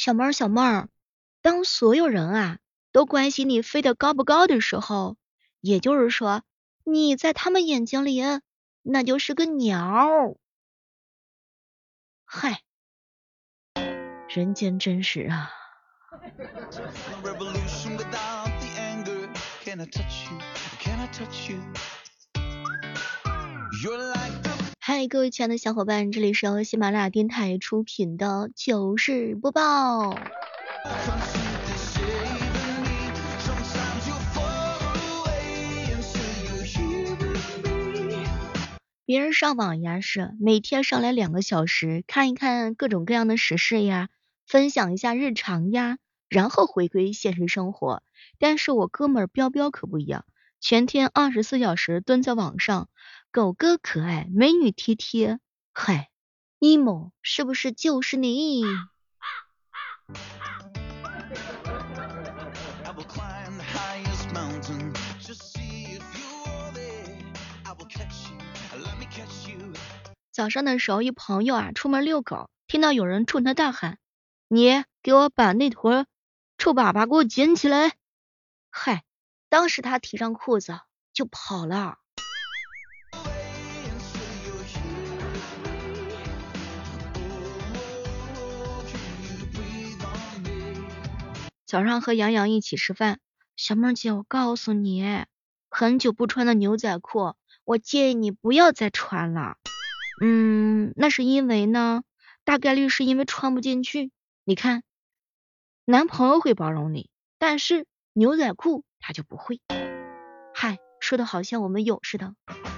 小妹儿，小妹儿，当所有人都关心你飞得高不高的时候，也就是说，你在他们眼睛里那就是个鸟。嗨，人间真实啊！嗨，各位亲爱的小伙伴，这里是由喜马拉雅电台出品的糗事播报。别人上网是每天上来2个小时，看一看各种各样的时事呀，分享一下日常呀，然后回归现实生活。但是我哥们儿彪彪可不一样，全天24小时蹲在网上，狗哥可爱，美女贴贴。嗨，emo 是不是就是你？早上的时候，一朋友出门遛狗，听到有人冲他大喊：你给我把那坨臭粑粑给我捡起来。嗨，当时他提上裤子就跑了。早上和杨洋一起吃饭，小妹姐，我告诉你，很久不穿的牛仔裤，我建议你不要再穿了。那是因为呢，大概率是因为穿不进去。你看，男朋友会包容你，但是牛仔裤他就不会。嗨，说的好像我们有似的。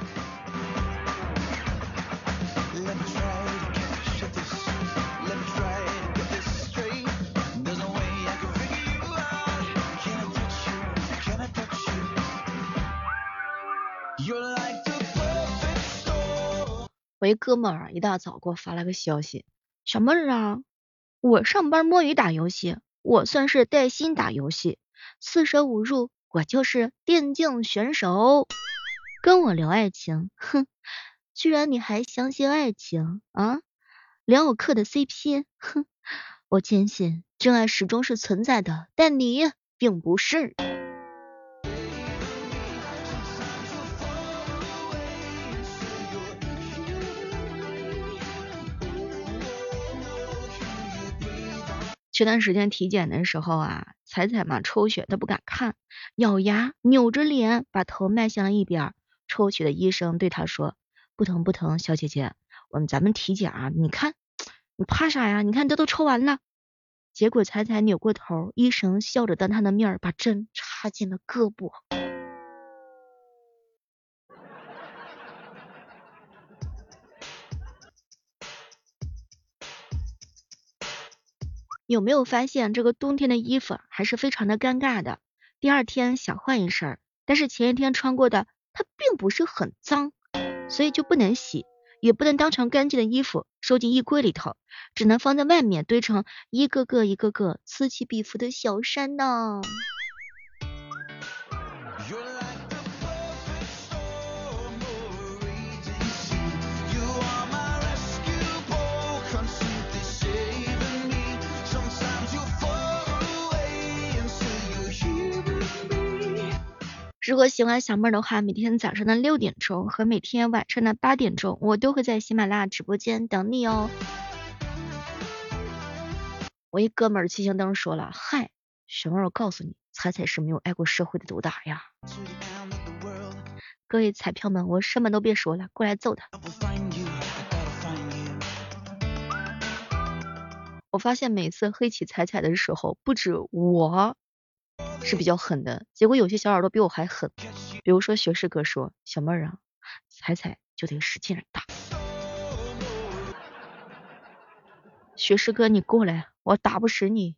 我一哥们儿一大早给我发了个消息，小妹儿啊，我上班摸鱼打游戏，我算是带薪打游戏，四舍五入我就是电竞选手。跟我聊爱情，哼，居然你还相信爱情啊？聊我磕的 CP，哼，我坚信真爱始终是存在的，但你并不是。前段时间体检的时候彩彩嘛抽血她不敢看，咬牙扭着脸把头迈向了一边。抽血的医生对她说：不疼不疼，小姐姐，咱们体检你看你怕啥呀？你看这都抽完了。结果彩彩扭过头，医生笑着当她的面把针插进了胳膊。有没有发现这个冬天的衣服还是非常的尴尬的？第二天想换一身，但是前一天穿过的它并不是很脏，所以就不能洗，也不能当成干净的衣服收进衣柜里头，只能放在外面堆成一个个此起彼伏的小山呢。如果喜欢小妹儿的话，每天早上的6点钟和每天晚上的8点钟，我都会在喜马拉雅直播间等你哦。我一哥们儿气性灯说了，嗨，小妹儿，我告诉你，彩彩是没有挨过社会的毒打呀。各位彩票们，我什么都别说了，过来揍他。我发现每次黑起彩彩的时候，不止我是比较狠的，结果有些小耳朵比我还狠。比如说学士哥说，小妹儿彩彩就得使劲打。学士哥你过来，我打不死你。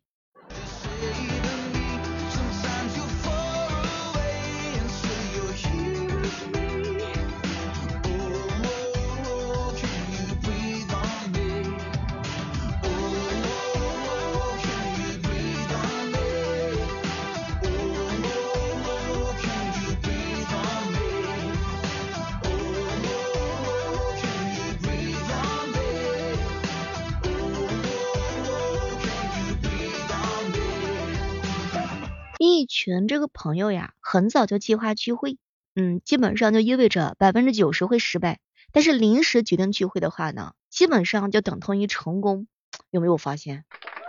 一群这个朋友呀，很早就计划聚会，基本上就意味着90%会失败。但是临时决定聚会的话呢，基本上就等同于成功。有没有发现？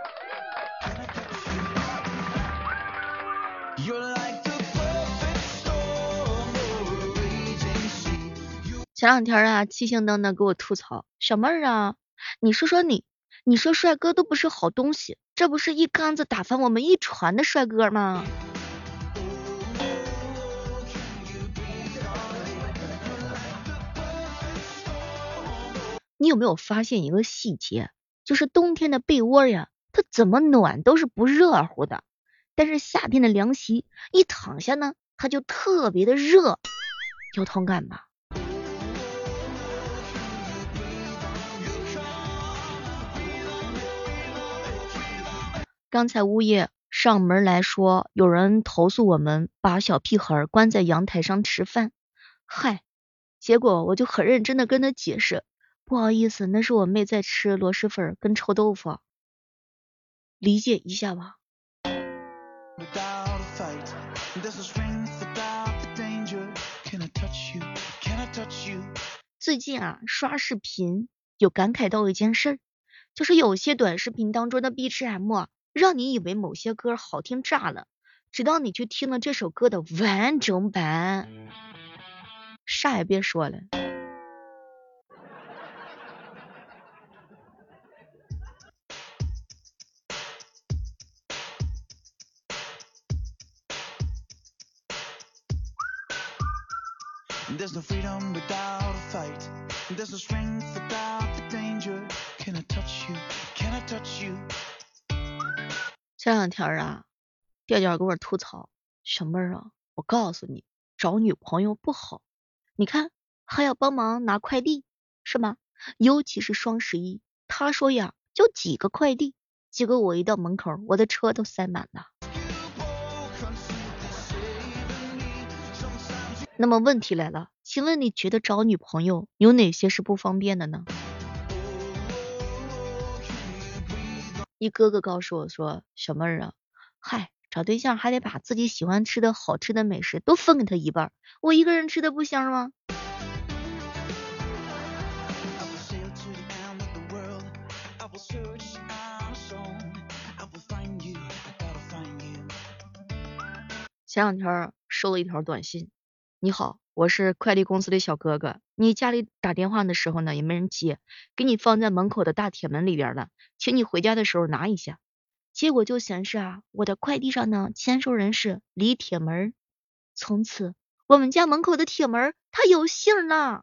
前两天啊，七星灯呢给我吐槽，小妹儿啊，你说说你，你说帅哥都不是好东西，这不是一竿子打翻我们一船的帅哥吗？你有没有发现一个细节，就是冬天的被窝呀，它怎么暖都是不热乎的，但是夏天的凉席一躺下呢，它就特别的热，有同感吧？刚才物业上门来说，有人投诉我们把小屁孩关在阳台上吃饭，嗨，结果我就很认真的跟他解释，不好意思，那是我妹在吃螺蛳粉跟臭豆腐，理解一下吧。最近啊，刷视频有感慨到一件事儿，就是有些短视频当中的 BGM 啊，让你以为某些歌好听炸了，直到你去听了这首歌的完整版，啥也别说了。There's no freedom without a fight. There's no strength without the danger. Can I touch you? Can I touch you? 前两天啊，调调跟我吐槽，小妹儿啊，我告诉你，找女朋友不好。你看还要帮忙拿快递，是吗？尤其是双11，他说呀，就几个快递，结果我一到门口，我的车都塞满了。那么问题来了，请问你觉得找女朋友有哪些是不方便的呢？一哥哥告诉我说，小妹儿啊，嗨，找对象还得把自己喜欢吃的好吃的美食都分给他一半，我一个人吃的不香吗？前两天收了一条短信，你好，我是快递公司的小哥哥，你家里打电话的时候呢也没人接，给你放在门口的大铁门里边了，请你回家的时候拿一下。结果就显示啊，我的快递上呢签收人是李铁门，从此我们家门口的铁门它有姓了。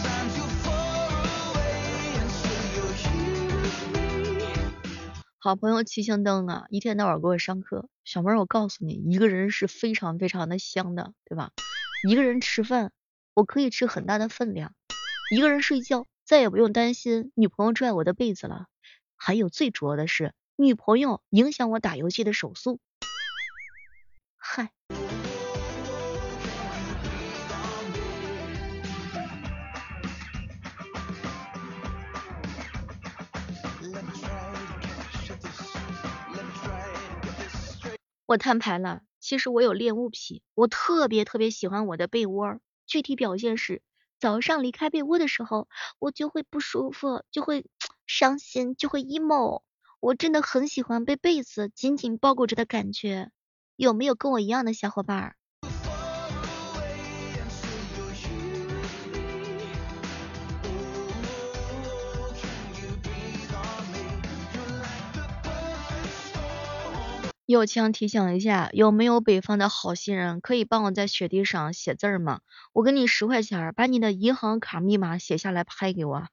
好朋友七星灯啊，一天到晚给我上课。小妹儿，我告诉你，一个人是非常非常的香的，对吧？一个人吃饭，我可以吃很大的分量；一个人睡觉，再也不用担心女朋友拽我的被子了。还有最主要的是，女朋友影响我打游戏的手速。嗨。我摊牌了，其实我有恋物癖，我特别特别喜欢我的被窝。具体表现是，早上离开被窝的时候，我就会不舒服，就会伤心，就会 emo。我真的很喜欢被被子紧紧包裹着的感觉。有没有跟我一样的小伙伴？友情提醒一下，有没有北方的好心人可以帮我在雪地上写字吗？我给你10块钱，把你的银行卡密码写下来拍给我。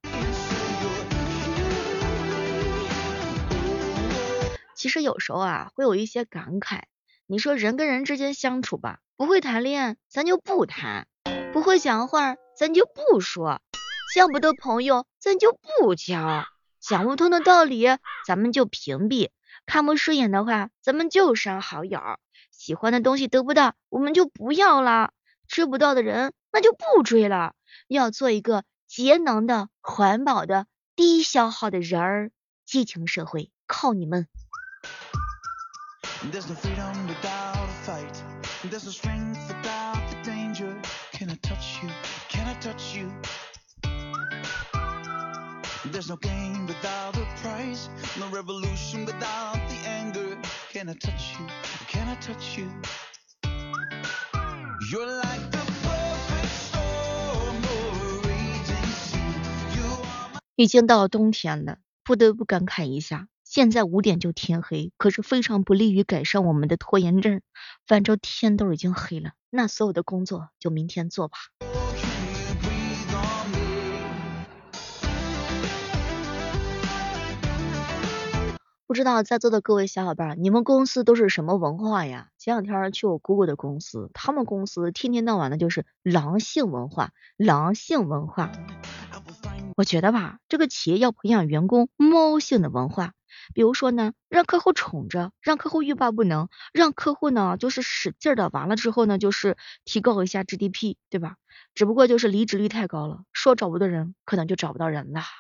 其实有时候啊，会有一些感慨。你说人跟人之间相处吧，不会谈恋爱，咱就不谈；不会讲话，咱就不说；交不得朋友，咱就不交；讲不通的道理，咱们就屏蔽；看不顺眼的话，咱们就删好友；喜欢的东西得不到，我们就不要了；追不到的人，那就不追了。要做一个节能的、环保的、低消耗的人儿。激情社会靠你们。There's no freedom without 已经到了冬天了，不得不感慨一下，现在5点就天黑，可是非常不利于改善我们的拖延症。反正天都已经黑了，那所有的工作就明天做吧。不知道在座的各位小伙伴，你们公司都是什么文化呀？前两天去我姑姑的公司，他们公司天天到晚的就是狼性文化，狼性文化。我觉得吧，这个企业要培养员工猫性的文化，比如说呢，让客户宠着，让客户欲罢不能，让客户呢就是使劲的，完了之后呢就是提高一下 GDP， 对吧？只不过就是离职率太高了，说找不到人，可能就找不到人了。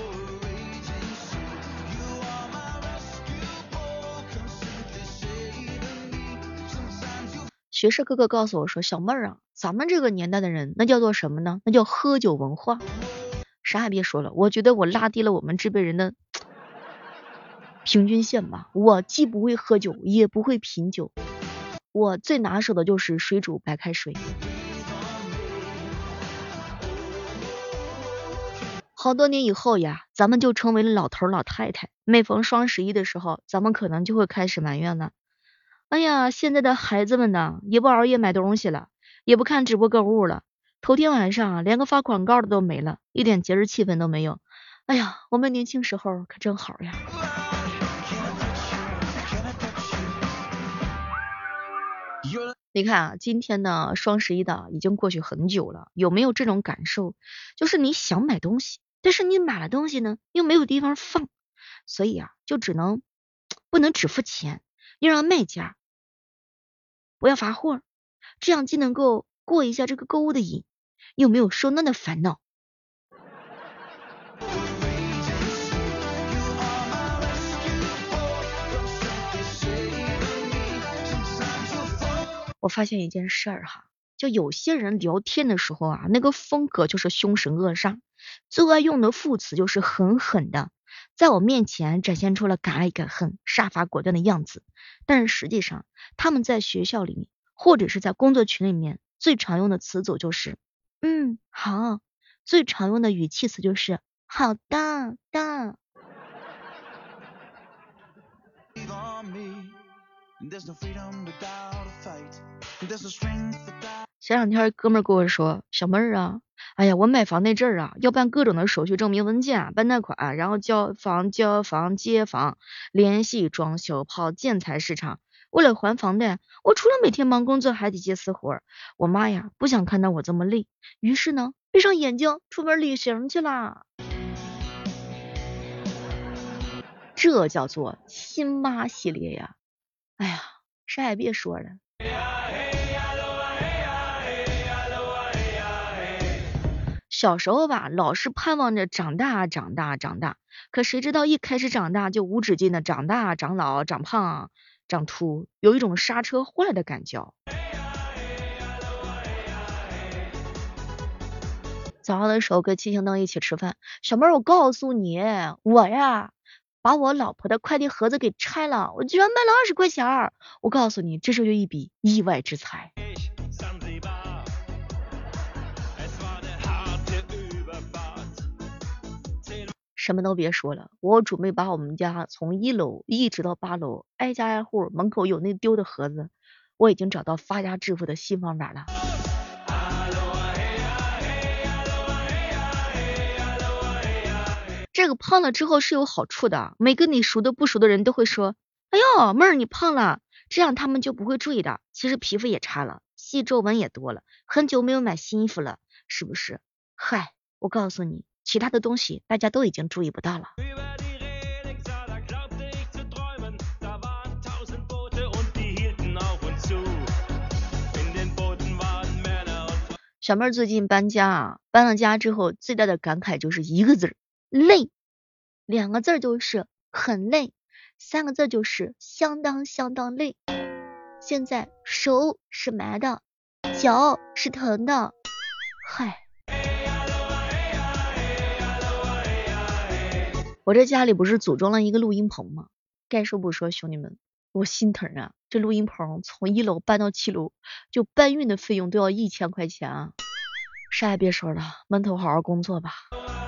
学士哥哥告诉我说，小妹儿啊，咱们这个年代的人，那叫做什么呢？那叫喝酒文化。啥也别说了，我觉得我拉低了我们这辈人的平均线吧。我既不会喝酒，也不会品酒，我最拿手的就是水煮白开水。好多年以后呀，咱们就成为了老头老太太。每逢双11的时候，咱们可能就会开始埋怨了。哎呀，现在的孩子们呢，也不熬夜买东西了，也不看直播购物了，头天晚上连个发广告的都没了，一点节日气氛都没有。哎呀，我们年轻时候可真好呀。你看啊，今天呢双11的已经过去很久了，有没有这种感受？就是你想买东西，但是你买了东西呢又没有地方放，所以啊就不能只付钱，要让卖家不要发货，这样既能够过一下这个购物的瘾，又没有收纳的烦恼。我发现一件事儿哈，就有些人聊天的时候啊，那个风格就是凶神恶煞，最爱用的副词就是狠狠的，在我面前展现出了敢爱敢恨、杀伐果断的样子。但是实际上，他们在学校里面或者是在工作群里面最常用的词组就是好，最常用的语气词就是好的。前两天哥们儿跟我说，小妹儿啊，哎呀，我买房那阵儿啊，要办各种的手续证明文件，办贷款，然后交房、接房，联系装修，跑建材市场。为了还房贷，我除了每天忙工作，还得接私活儿。我妈呀，不想看到我这么累，于是呢，闭上眼睛出门旅行去啦。这叫做亲妈系列呀。哎呀，啥也别说了。小时候吧，老是盼望着长大，可谁知道一开始长大就无止境的长大、长老、长胖、长秃，有一种刹车坏的感觉。早上的时候跟七星灯一起吃饭，小妹儿，我告诉你，我呀把我老婆的快递盒子给拆了，我居然卖了20块钱儿。我告诉你，这是一笔意外之财。什么都别说了，我准备把我们家从1楼一直到8楼，挨家挨户门口有那丢的盒子，我已经找到发家致富的新方法了。这个胖了之后是有好处的，每个你熟的不熟的人都会说，哎呦妹儿你胖了，这样他们就不会注意的。其实皮肤也差了，细皱纹也多了，很久没有买新衣服了，是不是？嗨，我告诉你，其他的东西大家都已经注意不到了。小妹儿最近搬家啊，搬了家之后最大的感慨就是一个字儿，累；2个字就是很累；3个字就是相当累。 现在手是麻的，脚是疼的，嗨。我这家里不是组装了一个录音棚吗？该说不说，兄弟们，我心疼啊！这录音棚从1楼搬到7楼，就搬运的费用都要1000块钱啊！啥也别说了，闷头好好工作吧。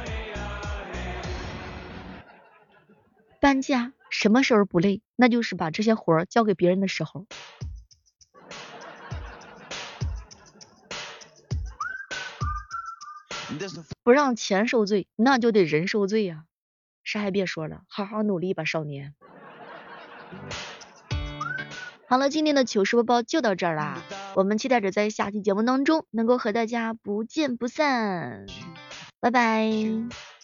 搬家什么时候不累？那就是把这些活儿交给别人的时候。不让钱受罪，那就得人受罪呀。啥也别说了，好好努力吧，少年。好了，今天的糗事播报就到这儿啦，我们期待着在下期节目当中能够和大家不见不散，拜拜。